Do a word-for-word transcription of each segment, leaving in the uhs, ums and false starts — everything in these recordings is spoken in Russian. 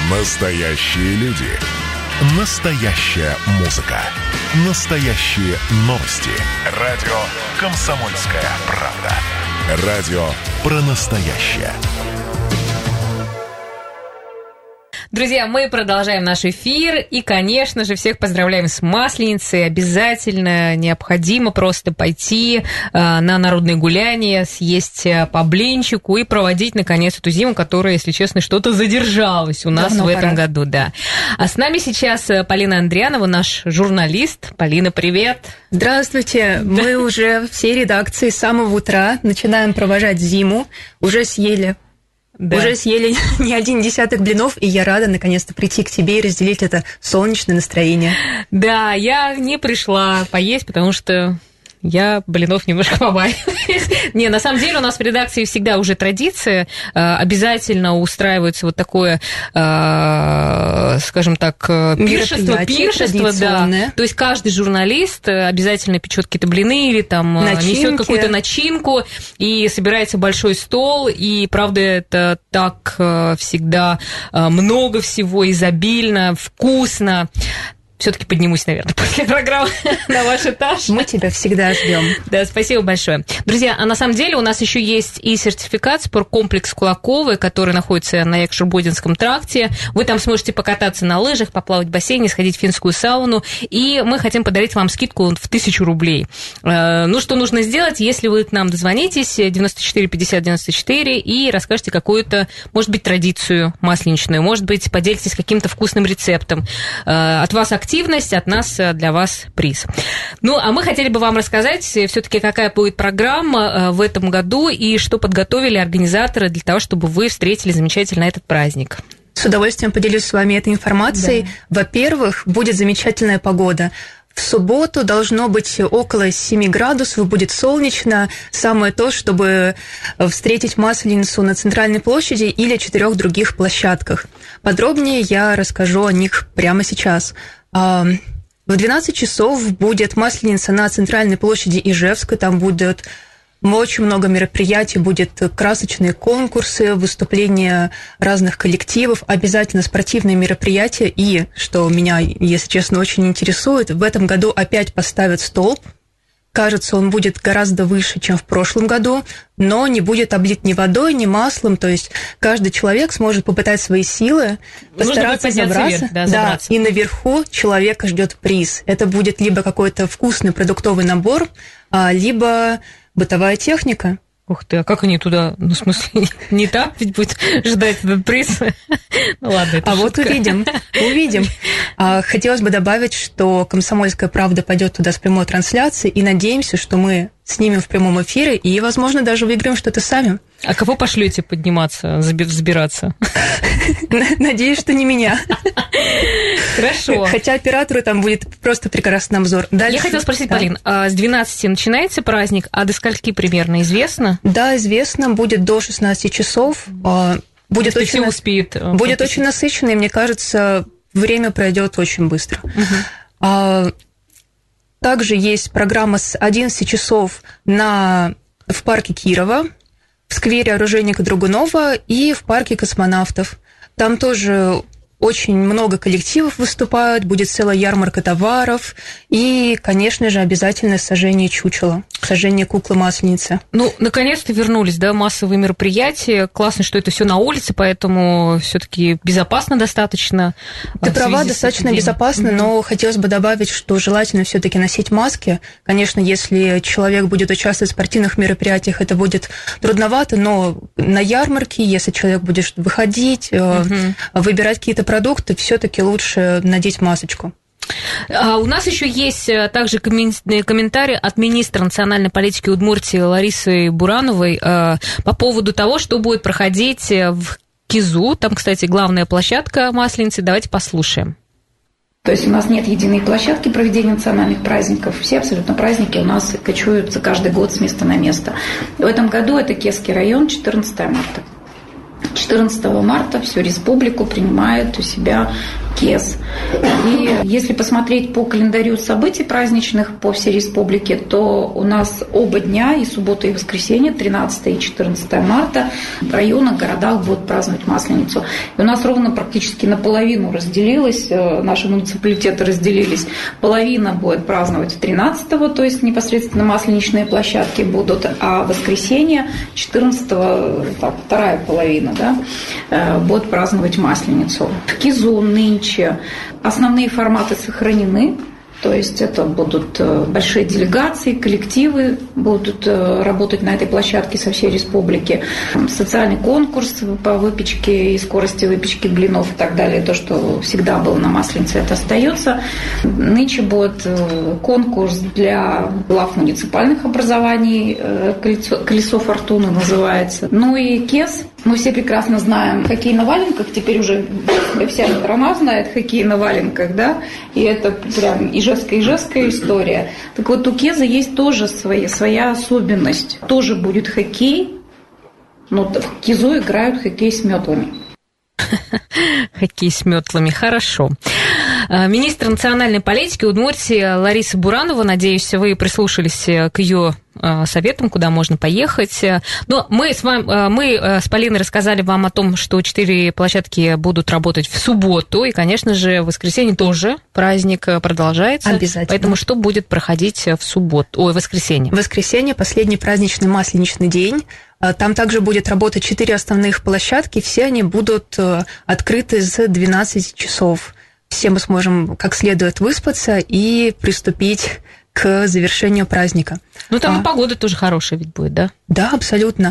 Настоящие люди. Настоящая музыка. Настоящие новости. Радио «Комсомольская правда». Радио про настоящее. Друзья, мы продолжаем наш эфир и, конечно же, всех поздравляем с Масленицей. Обязательно, необходимо просто пойти э, на народные гуляния, съесть по блинчику и проводить, наконец, эту зиму, которая, если честно, что-то задержалась у нас Давно в этом пора. году. Да. А с нами сейчас Полина Андрианова, наш журналист. Полина, привет. Здравствуйте. Мы уже всей редакции с самого утра начинаем провожать зиму. Уже съели. Да. Уже съели не один десяток блинов, и я рада наконец-то прийти к тебе и разделить это солнечное настроение. Да, я не пришла поесть, потому что я блинов немножко побаиваюсь. Не, на самом деле у нас в редакции всегда уже традиция. Обязательно устраивается вот такое, скажем так, пиршество, пиршество, да. То есть каждый журналист обязательно печет какие-то блины или там несет какую-то начинку, и собирается большой стол, и, правда, это так всегда много всего, изобильно, вкусно. Все-таки поднимусь, наверное, после программы на ваш этаж. Мы тебя всегда ждем. Да, спасибо большое. Друзья, а на самом деле у нас еще есть и сертификат «Спорткомплекс Кулаковы», который находится на Якшурбодинском тракте. Вы там сможете покататься на лыжах, поплавать в бассейне, сходить в финскую сауну. И мы хотим подарить вам скидку в тысячу рублей. Ну, что нужно сделать, если вы к нам дозвонитесь, девяносто четыре пятьдесят девяносто четыре, и расскажете какую-то, может быть, традицию масленичную, может быть, поделитесь каким-то вкусным рецептом. От вас активность. Активность, от нас для вас приз. Ну, а мы хотели бы вам рассказать все-таки, какая будет программа в этом году и что подготовили организаторы для того, чтобы вы встретили замечательно этот праздник. С удовольствием поделюсь с вами этой информацией. Да. Во-первых, будет замечательная погода. В субботу должно быть около семи градусов, будет солнечно. Самое то, чтобы встретить Масленицу на Центральной площади или четырех других площадках. Подробнее я расскажу о них прямо сейчас. В двенадцать часов будет Масленица на Центральной площади Ижевска. Там будет очень много мероприятий, будет красочные конкурсы, выступления разных коллективов, обязательно спортивные мероприятия. И, что меня, если честно, очень интересует, в этом году опять поставят столб. Кажется, он будет гораздо выше, чем в прошлом году, но не будет облит ни водой, ни маслом. То есть каждый человек сможет попытать свои силы, постараться забраться, вверх, да, забраться. Да, и наверху человека ждет приз. Это будет либо какой-то вкусный продуктовый набор, либо бытовая техника. Ух ты, а как они туда, ну, в смысле, не так ведь будет ждать этот приз? Ну, ладно, это А шутка. Вот увидим, увидим. Хотелось бы добавить, что «Комсомольская правда» пойдет туда с прямой трансляцией, и надеемся, что мы снимем в прямом эфире и, возможно, даже выиграем что-то сами. А кого пошлете подниматься, взбираться? Надеюсь, что не меня. Хорошо. Хотя оператору там будет просто прекрасный обзор. Дальше... Я хотела спросить, да. Полин, а с двенадцати начинается праздник, а до скольки примерно известно? Да, известно, будет до шестнадцати часов. Будет Если очень, все успеет, будет очень насыщенно, и мне кажется, время пройдет очень быстро. Угу. Также есть программа с одиннадцати часов на... в парке Кирова, в сквере оружейника Драгунова и в парке космонавтов. Там тоже очень много коллективов выступают, будет целая ярмарка товаров и, конечно же, обязательно сожжение чучела, сожжение куклы-масленицы. Ну, наконец-то вернулись, да, массовые мероприятия. Классно, что это все на улице, поэтому все-таки безопасно достаточно. Ты права, достаточно безопасно, mm-hmm. но хотелось бы добавить, что желательно все-таки носить маски. Конечно, если человек будет участвовать в спортивных мероприятиях, это будет трудновато, но на ярмарке, если человек будет выходить, mm-hmm. выбирать какие-то продукты, все-таки лучше надеть масочку. А у нас еще есть также комментарий от министра национальной политики Удмуртии Ларисы Бурановой по поводу того, что будет проходить в Кизу. Там, кстати, главная площадка Масленицы. Давайте послушаем. То есть у нас нет единой площадки проведения национальных праздников. Все абсолютно праздники у нас кочуются каждый год с места на место. В этом году это Кесский район, четырнадцатого марта. четырнадцатого марта всю республику принимает у себя КЕС. И если посмотреть по календарю событий праздничных по всей республике, то у нас оба дня, и суббота, и воскресенье, тринадцатое и четырнадцатое марта, в районах, городах будут праздновать Масленицу. И у нас ровно практически наполовину разделилось, наши муниципалитеты разделились. Половина будет праздновать тринадцатого, то есть непосредственно масленичные площадки будут, а в воскресенье четырнадцатого, так, вторая половина, да, будут праздновать Масленицу. В КИЗУ нынче основные форматы сохранены, то есть это будут большие делегации, коллективы будут работать на этой площадке со всей республики, социальный конкурс по выпечке и скорости выпечки блинов и так далее, то, что всегда было на Масленице, это остается. Нынче будет конкурс для глав муниципальных образований, колесо, колесо фортуны называется. Ну и КЕС. Мы все прекрасно знаем хоккей на валенках, теперь уже вся страна знает хоккей на валенках, да, и это прям ижевская-ижевская история. Так вот, у КЕЗа есть тоже свои, своя особенность. Тоже будет хоккей, но в КИЗу играют хоккей с метлами. Хоккей с метлами, хорошо. Министр национальной политики Удмуртии Лариса Буранова, надеюсь, вы прислушались к ее советам, куда можно поехать. Но мы с, вами, мы с Полиной рассказали вам о том, что четыре площадки будут работать в субботу, и, конечно же, в воскресенье тоже праздник продолжается. Обязательно. Поэтому что будет проходить в субботу, ой, в воскресенье? В воскресенье последний праздничный масленичный день. Там также будет работать четыре основных площадки, все они будут открыты с двенадцати часов. Все мы сможем как следует выспаться и приступить к завершению праздника. Ну, там а, и погода тоже хорошая ведь будет, да? Да, абсолютно.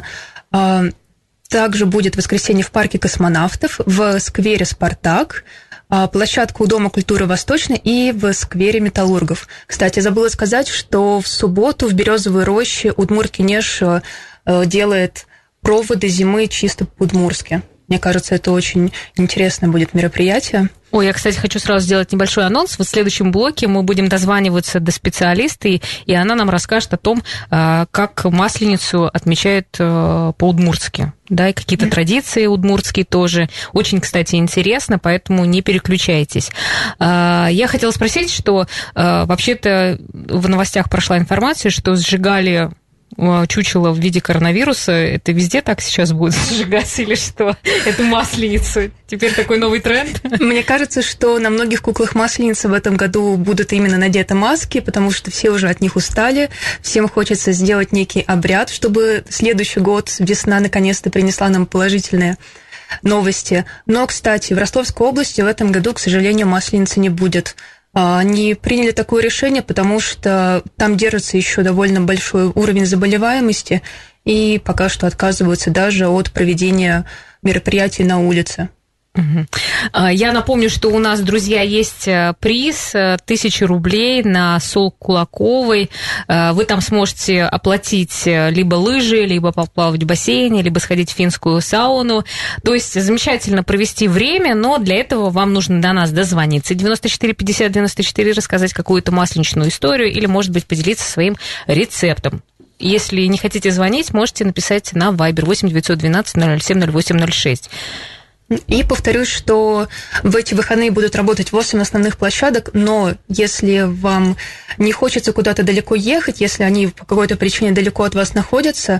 Также будет в воскресенье в парке космонавтов, в сквере «Спартак», площадка у Дома культуры «Восточный» и в сквере «Металлургов». Кстати, забыла сказать, что в субботу в Березовой роще Удмурт-Кенеш делает проводы зимы чисто по-удмуртски. Мне кажется, это очень интересное будет мероприятие. Ой, я, кстати, хочу сразу сделать небольшой анонс. Вот в следующем блоке мы будем дозваниваться до специалиста, и она нам расскажет о том, как Масленицу отмечают по-удмуртски. Да, и какие-то традиции удмуртские тоже. Очень, кстати, интересно, поэтому не переключайтесь. Я хотела спросить, что вообще-то в новостях прошла информация, что сжигали чучело в виде коронавируса. Это везде так сейчас будет сжигаться или что? Это Масленица. Теперь такой новый тренд. Мне кажется, что на многих куклах Масленицы в этом году будут именно надеты маски, потому что все уже от них устали. Всем хочется сделать некий обряд, чтобы следующий год, весна, наконец-то принесла нам положительные новости. Но, кстати, в Ростовской области в этом году, к сожалению, Масленицы не будет. Они приняли такое решение, потому что там держится еще довольно большой уровень заболеваемости, и пока что отказываются даже от проведения мероприятий на улице. Я напомню, что у нас, друзья, есть приз тысяча рублей на Сол Кулаковой. Вы там сможете оплатить либо лыжи, либо поплавать в бассейне, либо сходить в финскую сауну. То есть замечательно провести время, но для этого вам нужно до нас дозвониться. девяносто четыре пятьдесят девяносто четыре, рассказать какую-то масленичную историю или, может быть, поделиться своим рецептом. Если не хотите звонить, можете написать на Viber восемь девятьсот двенадцать ноль ноль семь ноль восемь ноль шесть. И повторюсь, что в эти выходные будут работать восемь основных площадок, но если вам не хочется куда-то далеко ехать, если они по какой-то причине далеко от вас находятся,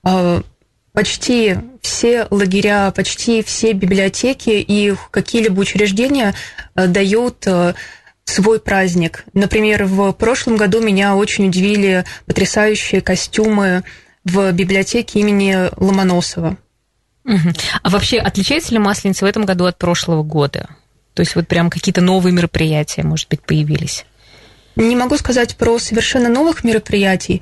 почти все лагеря, почти все библиотеки и какие-либо учреждения дают свой праздник. Например, в прошлом году меня очень удивили потрясающие костюмы в библиотеке имени Ломоносова. Угу. А вообще отличается ли Масленица в этом году от прошлого года? То есть вот прям какие-то новые мероприятия, может быть, появились? Не могу сказать про совершенно новых мероприятий.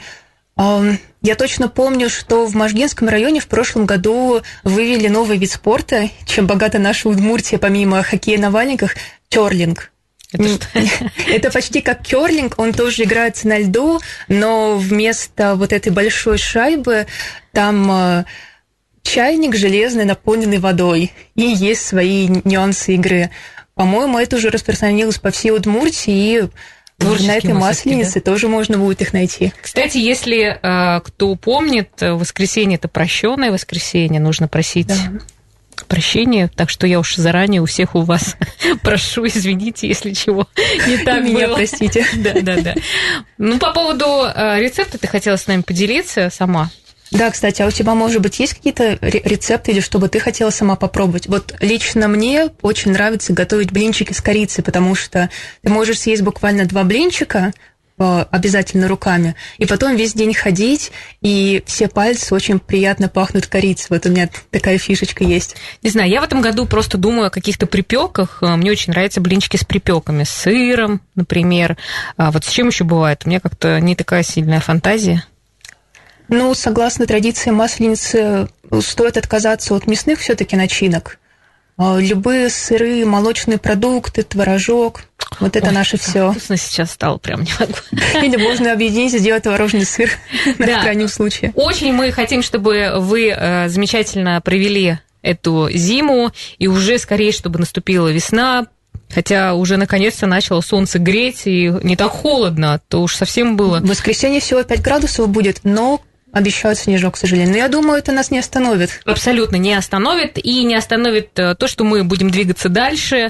Я точно помню, что в Можгинском районе в прошлом году вывели новый вид спорта, чем богата наша Удмуртия, помимо хоккея на валенках, кёрлинг. Это, это почти как кёрлинг, он тоже играется на льду, но вместо вот этой большой шайбы там чайник железный, наполненный водой, и есть свои нюансы игры. По-моему, это уже распространилось по всей Удмуртии, и на этой Масленицу, да? Тоже можно будет их найти. Кстати, если э, кто помнит, воскресенье – это прощённое воскресенье, нужно просить… Да. прощения, так что я уж заранее у всех у вас прошу, извините, если чего не так Меня было. простите. Да, да, да. Ну, по поводу рецепта ты хотела с нами поделиться сама? Да, кстати, а у тебя, может быть, есть какие-то рецепты или что бы ты хотела сама попробовать? Вот лично мне очень нравится готовить блинчики с корицей, потому что ты можешь съесть буквально два блинчика, обязательно руками, и потом весь день ходить, и все пальцы очень приятно пахнут корицей. Вот у меня такая фишечка есть. Не знаю, я в этом году просто думаю о каких-то припеках. Мне очень нравятся блинчики с припеками, с сыром, например. А вот с чем еще бывает? У меня как-то не такая сильная фантазия. Ну, согласно традиции масленицы, стоит отказаться от мясных все-таки начинок. Любые сыры, молочные продукты, творожок. Вот это Ой, наше все. Вкусно сейчас стало, прям не могу. Или можно объединить и сделать творожный сыр в крайнем случае. Очень мы хотим, чтобы вы замечательно провели эту зиму, и уже скорее, чтобы наступила весна. Хотя уже наконец-то начало солнце греть, и не так холодно, то уж совсем было. В воскресенье всего пять градусов будет, но обещают снежок, к сожалению. Но я думаю, это нас не остановит. Абсолютно не остановит. И не остановит то, что мы будем двигаться дальше.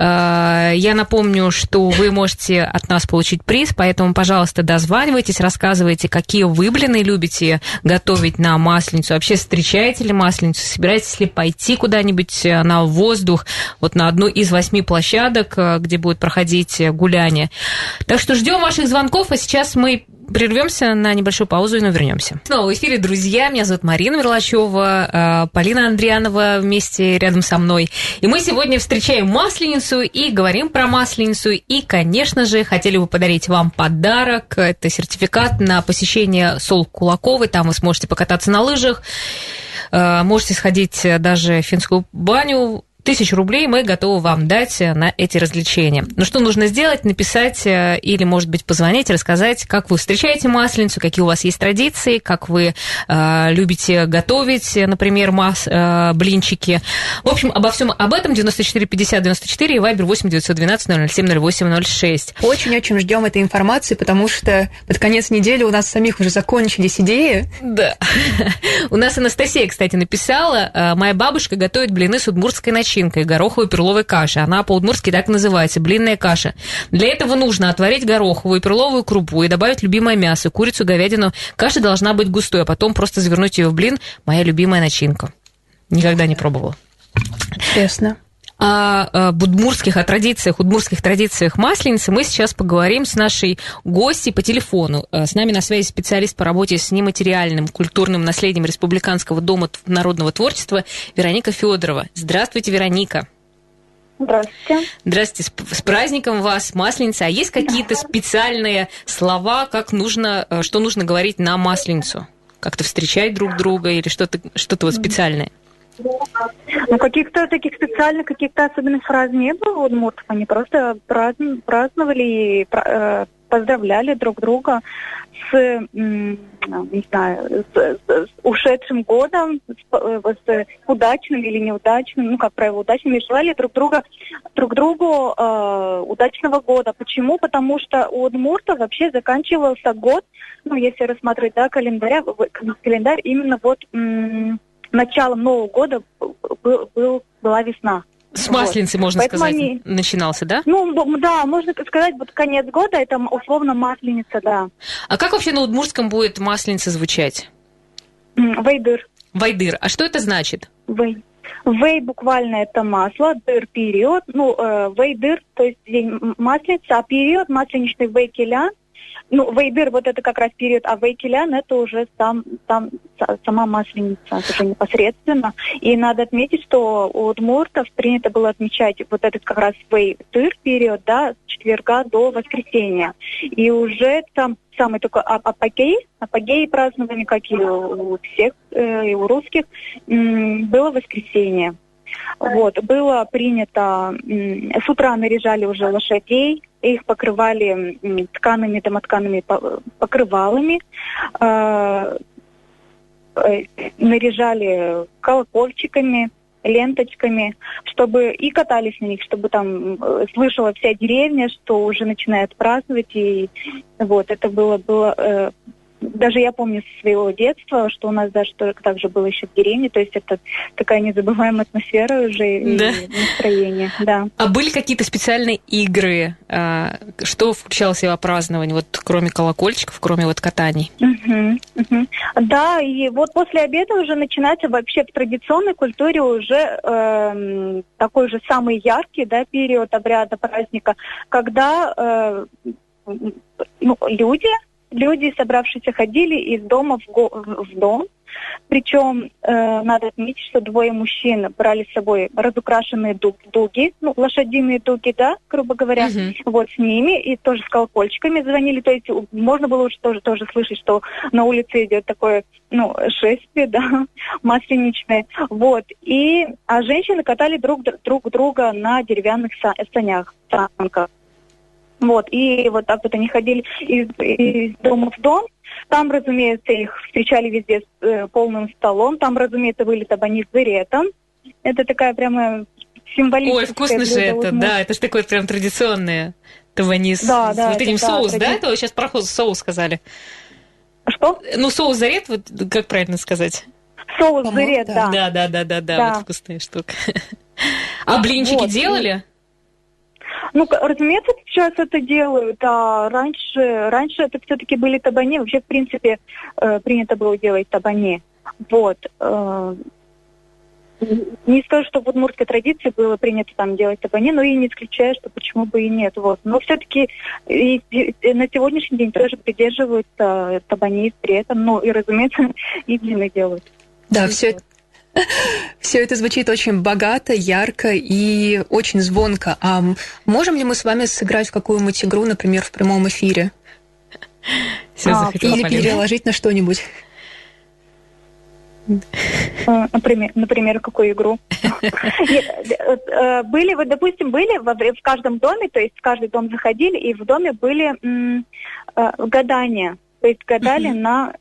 Я напомню, что вы можете от нас получить приз, поэтому, пожалуйста, дозванивайтесь, рассказывайте, какие вы блины любите готовить на Масленицу. Вообще, встречаете ли Масленицу? Собираетесь ли пойти куда-нибудь на воздух, вот на одну из восьми площадок, где будет проходить гуляние. Так что ждем ваших звонков, а сейчас мы прервемся на небольшую паузу и ну вернемся. Снова в эфире, друзья. Меня зовут Марина Мерлачева, Полина Андрианова вместе рядом со мной. И мы сегодня встречаем Масленицу и говорим про Масленицу. И, конечно же, хотели бы подарить вам подарок. Это сертификат на посещение Сол Кулаковой. Там вы сможете покататься на лыжах. Можете сходить даже в финскую баню. Тысячу рублей мы готовы вам дать на эти развлечения. Ну, что нужно сделать? Написать или, может быть, позвонить, рассказать, как вы встречаете Масленицу, какие у вас есть традиции, как вы э, любите готовить, например, мас, э, блинчики. В общем, обо всем об этом девяносто четыре пятьдесят девяносто четыре и вайбер восемь девятьсот двенадцать ноль ноль семь ноль восемь ноль шесть. Очень-очень ждем этой информации, потому что под конец недели у нас самих уже закончились идеи. Да. У нас Анастасия, кстати, написала: моя бабушка готовит блины с удмуртской начинкой, гороховой перловой каши. Она по-удмуртски так называется, блинная каша. Для этого нужно отварить гороховую перловую крупу и добавить любимое мясо, курицу, говядину. Каша должна быть густой, а потом просто завернуть ее в блин. Моя любимая начинка. Никогда не пробовала. Честно. О удмуртских, о традициях, удмуртских традициях Масленицы мы сейчас поговорим с нашей гостьей по телефону. С нами на связи специалист по работе с нематериальным культурным наследием Республиканского дома народного творчества Вероника Федорова. Здравствуйте, Вероника. Здравствуйте. Здравствуйте, с праздником вас, Масленица. А есть какие-то специальные слова, как нужно, что нужно говорить на Масленицу? Как-то встречать друг друга или что-то, что-то вот специальное? Ну, каких-то таких специальных, каких-то особенных фраз не было у удмуртов. Они просто праздновали и поздравляли друг друга с, не знаю, с, с ушедшим годом, с, с удачным или неудачным, ну, как правило, удачным, и желали друг друга, друг другу э, удачного года. Почему? Потому что у удмуртов вообще заканчивался год, ну, если рассматривать, да, календаря, календарь именно вот... М- началом Нового года был, был, была весна. С Масленицей, вот. Можно Поэтому сказать, они... начинался, да? Ну, да, можно сказать, вот конец года, это условно Масленица, да. А как вообще на удмуртском будет Масленица звучать? Вейдыр. Вейдыр. А что это значит? Вей. Вей буквально это масло, дыр период. Ну, э, вейдыр, то есть день Масленица, а период масленичный вейкелян. Ну, вейдыр, вот это как раз период, а вейкелян это уже сам, сам, сама Масленица, уже непосредственно. И надо отметить, что у удмуртов принято было отмечать вот этот как раз вейдыр период, да, с четверга до воскресенья. И уже там самый такой апогей, апогей празднования, как и у всех, э, и у русских, м- было воскресенье. Вот, было принято, м- с утра наряжали уже лошадей, их покрывали ткаными, домоткаными покрывалами, э, э, наряжали колокольчиками, ленточками, чтобы и катались на них, чтобы там э, слышала вся деревня, что уже начинают праздновать, и вот это было, было э, даже я помню со своего детства, что у нас даже так же было еще в деревне, то есть это такая незабываемая атмосфера уже да. и настроение. Да. А были какие-то специальные игры? Что включало в себя празднование, вот кроме колокольчиков, кроме вот катаний? Угу, угу. Да, и вот после обеда уже начинается вообще в традиционной культуре уже э, такой же самый яркий, да, период обряда праздника, когда э, ну, люди, люди, собравшиеся, ходили из дома в, го- в дом. Причем э, надо отметить, что двое мужчин брали с собой разукрашенные дуг- дуги, ну, лошадиные дуги, да, грубо говоря, uh-huh. вот с ними, и тоже с колокольчиками звонили. То есть можно было уже тоже, тоже слышать, что на улице идет такое, ну, шествие, да, масленичное. Вот. И, а женщины катали друг, друг друга на деревянных са- санях, санках. Вот, и вот так вот они ходили из, из дома в дом. Там, разумеется, их встречали везде с э, полным столом. Там, разумеется, были табани с зыретом. Это такая прямо символическая... Ой, вкусно же это, вот, да. Это же такое прям традиционное табани с, да, с да, вот этим это, соус, да? да? Это вы сейчас про соус сказали. Что? Ну, соус зарет, вот как правильно сказать? Соус зырет, да. Да, да, да, да, да, вот вкусная штука. А блинчики вот. делали? Ну, разумеется, сейчас это делают, а раньше, раньше это все-таки были табани. Вообще, в принципе, э, принято было делать табани. Вот. Э, не скажу, что в удмуртской традиции было принято там делать табани, но и не исключаю, что почему бы и нет. Вот. Но все-таки и, и на сегодняшний день тоже придерживаются табани при этом. Ну, и, разумеется, и блины делают. Да, все это. Все это звучит очень богато, ярко и очень звонко. А можем ли мы с вами сыграть в какую-нибудь игру, например, в прямом эфире? Все а, или Полина. Переложить на что-нибудь? Например, например, какую игру? Были, вы, допустим, были в каждом доме, то есть в каждый дом заходили, и в доме были гадания. То есть гадали на...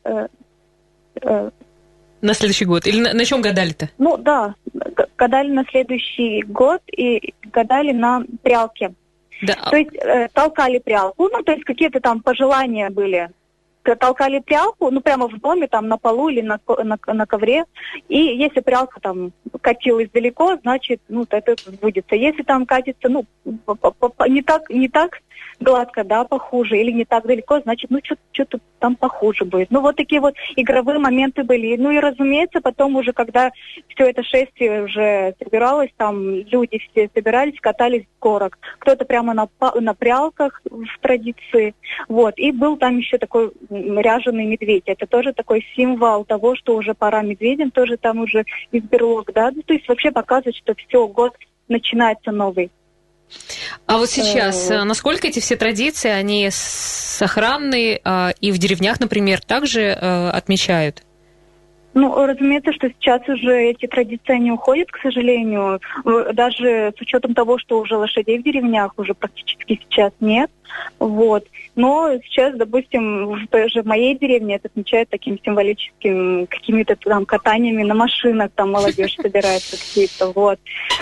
На следующий год? Или на, на чем гадали-то? Ну да, гадали на следующий год и гадали на прялке. Да. То есть э, толкали прялку, ну то есть какие-то там пожелания были. Толкали прялку, ну прямо в доме, там на полу или на, на, на ковре. И если прялка там катилась далеко, значит, ну это сбудется. Если там катится, ну, не так, не так гладко, да, похуже, или не так далеко, значит, ну что-то там похуже будет. Ну вот такие вот игровые моменты были. Ну и разумеется, потом уже, когда все это шествие уже собиралось, там люди все собирались, катались в горок. Кто-то прямо на, на прялках в традиции. Вот. И был там еще такой ряженый медведь. Это тоже такой символ того, что уже пора медведям, тоже там уже из берлог, да. Ну, то есть вообще показывает, что все, год начинается новый. А вот сейчас, насколько эти все традиции, они сохранны и в деревнях, например, также отмечают? Ну, разумеется, что сейчас уже эти традиции не уходят, к сожалению. Даже с учетом того, что уже лошадей в деревнях уже практически сейчас нет. Вот. Но сейчас, допустим, в той же моей деревне это отмечают таким символическим какими-то там катаниями на машинах, там молодежь собирается какие-то, вот.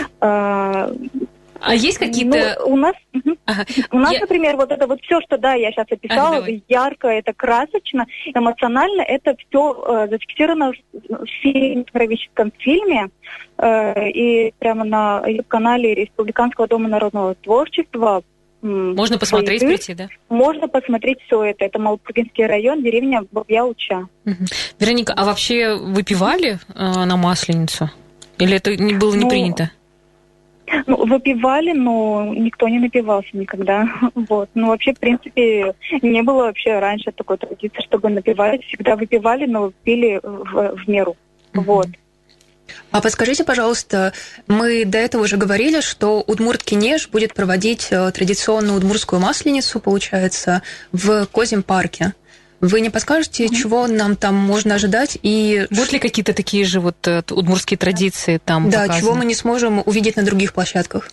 А есть какие-то... Ну, у нас, ага. у нас я... например, вот это вот все, что, да, я сейчас описала, ага, ярко, это красочно, эмоционально, это все э, зафиксировано в фотографическом фильме э, и прямо на канале Республиканского дома народного творчества. Можно посмотреть, прийти, да? Можно посмотреть все это. Это Малопургинский район, деревня Бабья-Уча. Угу. Вероника, а вообще выпивали э, на Масленицу? Или это не было не ну, принято? Ну, выпивали, но никто не напивался никогда. Вот. Ну, вообще, в принципе, не было вообще раньше такой традиции, чтобы напивались. Всегда выпивали, но пили в, в меру. Uh-huh. Вот. А подскажите, пожалуйста, мы до этого уже говорили, что Удмурт-Кинеж будет проводить традиционную удмуртскую масленицу, получается, в Козьем парке. Вы не подскажете, mm-hmm. чего нам там можно ожидать? И будут ли какие-то такие же вот удмуртские традиции там Да, показаны? чего мы не сможем увидеть на других площадках?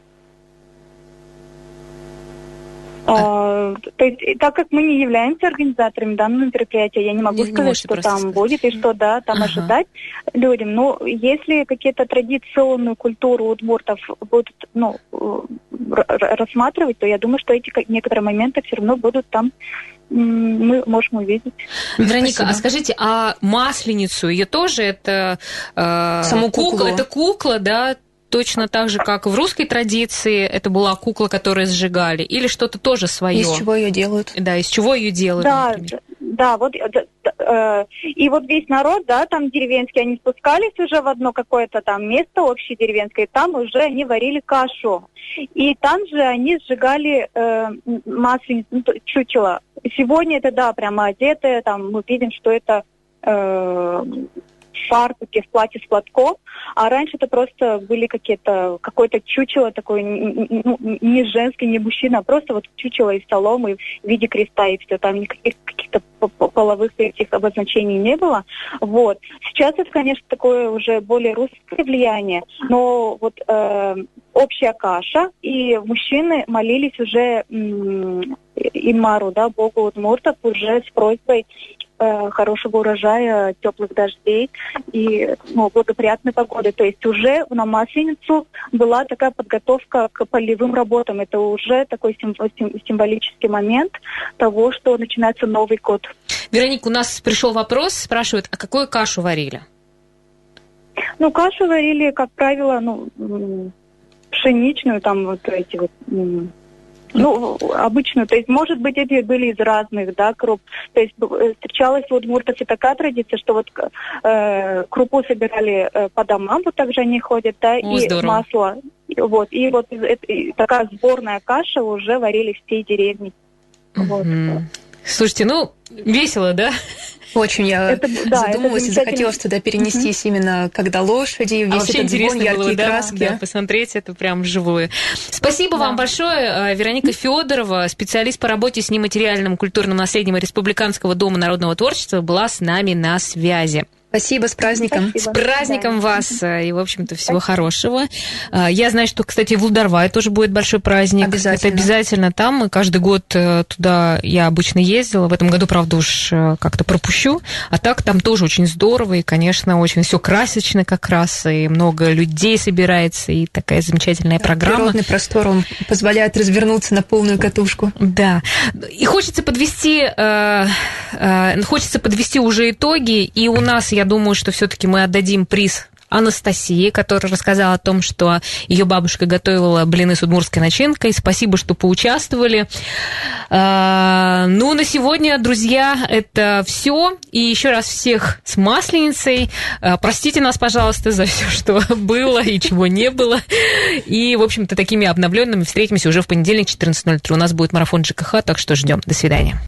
А, то есть, так как мы не являемся организаторами данного мероприятия, я не могу не, сказать, не что там сказать. будет и что, да, там ага. ожидать людям. Но если какие-то традиционную культуру удмуртов будут, ну, рассматривать, то я думаю, что эти некоторые моменты все равно будут там мы можем увидеть. Вероника, Спасибо. а скажите, а масленицу, ее тоже это э, Саму куклу. кукла, это кукла, да, точно так же, как в русской традиции, это была кукла, которую сжигали, или что-то тоже свое? Из чего ее делают? Да, из чего ее делают? Да, например? да, вот э, и вот весь народ, да, там деревенский, они спускались уже в одно какое-то там место общее деревенское, и там уже они варили кашу. И там же они сжигали э, масленицу, ну, чучело. Сегодня это, да, прямо одетые, там мы видим, что это э, фартуки, в платье с платком, а раньше это просто были какие-то, какое-то чучело такое, ну, не женский, не мужчина, а просто вот чучело из соломы в виде креста, и все, там никаких каких-то половых этих обозначений не было. Вот. Сейчас это, конечно, такое уже более русское влияние, но вот э, общая каша, и мужчины молились уже м- Имару, да, богу Удмуртов, уже с просьбой э, хорошего урожая, теплых дождей и ну, благоприятной погоды. То есть уже на Масленицу была такая подготовка к полевым работам. Это уже такой сим- сим- символический момент того, что начинается Новый год. Вероника, у нас пришел вопрос, спрашивают, а какую кашу варили? Ну, кашу варили, как правило, ну, м- пшеничную, там вот эти вот... М- Ну, обычно, то есть, может быть, эти были из разных, да, круп. То есть, встречалась вот в Удмуртове такая традиция, что вот э, крупу собирали э, по домам, вот так же они ходят, да, О, и здорово. масло. Вот, и вот это, и такая сборная каша уже варили всей деревни. Вот. Mm-hmm. Слушайте, ну, весело, да? Очень я Это, да, задумалась и захотелось туда перенестись mm-hmm. именно когда лошади, весь а вообще этот звон, яркие было, да, краски. Да, посмотреть это прям вживую. Спасибо да. вам большое. Вероника Федорова, специалист по работе с нематериальным культурным наследием Республиканского дома народного творчества, была с нами на связи. Спасибо, с праздником. Спасибо. С праздником да. вас и, в общем-то, всего Спасибо. Хорошего. Я знаю, что, кстати, в Лударвае тоже будет большой праздник. Обязательно. Это обязательно там. И каждый год туда я обычно ездила. В этом году, правда, уж как-то пропущу. А так там тоже очень здорово. И, конечно, очень все красочно как раз. И много людей собирается. И такая замечательная да, программа. Природный простор, он позволяет развернуться на полную катушку. Да. И хочется подвести, э, э, хочется подвести уже итоги. И у нас, я думаю, что все-таки мы отдадим приз Анастасии, которая рассказала о том, что ее бабушка готовила блины с удмуртской начинкой. Спасибо, что поучаствовали. А, ну, на сегодня, друзья, это все. И еще раз всех с Масленицей. А, простите нас, пожалуйста, за все, что было и чего не было. И, в общем-то, такими обновленными встретимся уже в понедельник, четырнадцать ноль три. У нас будет марафон ЖКХ, так что ждем. До свидания.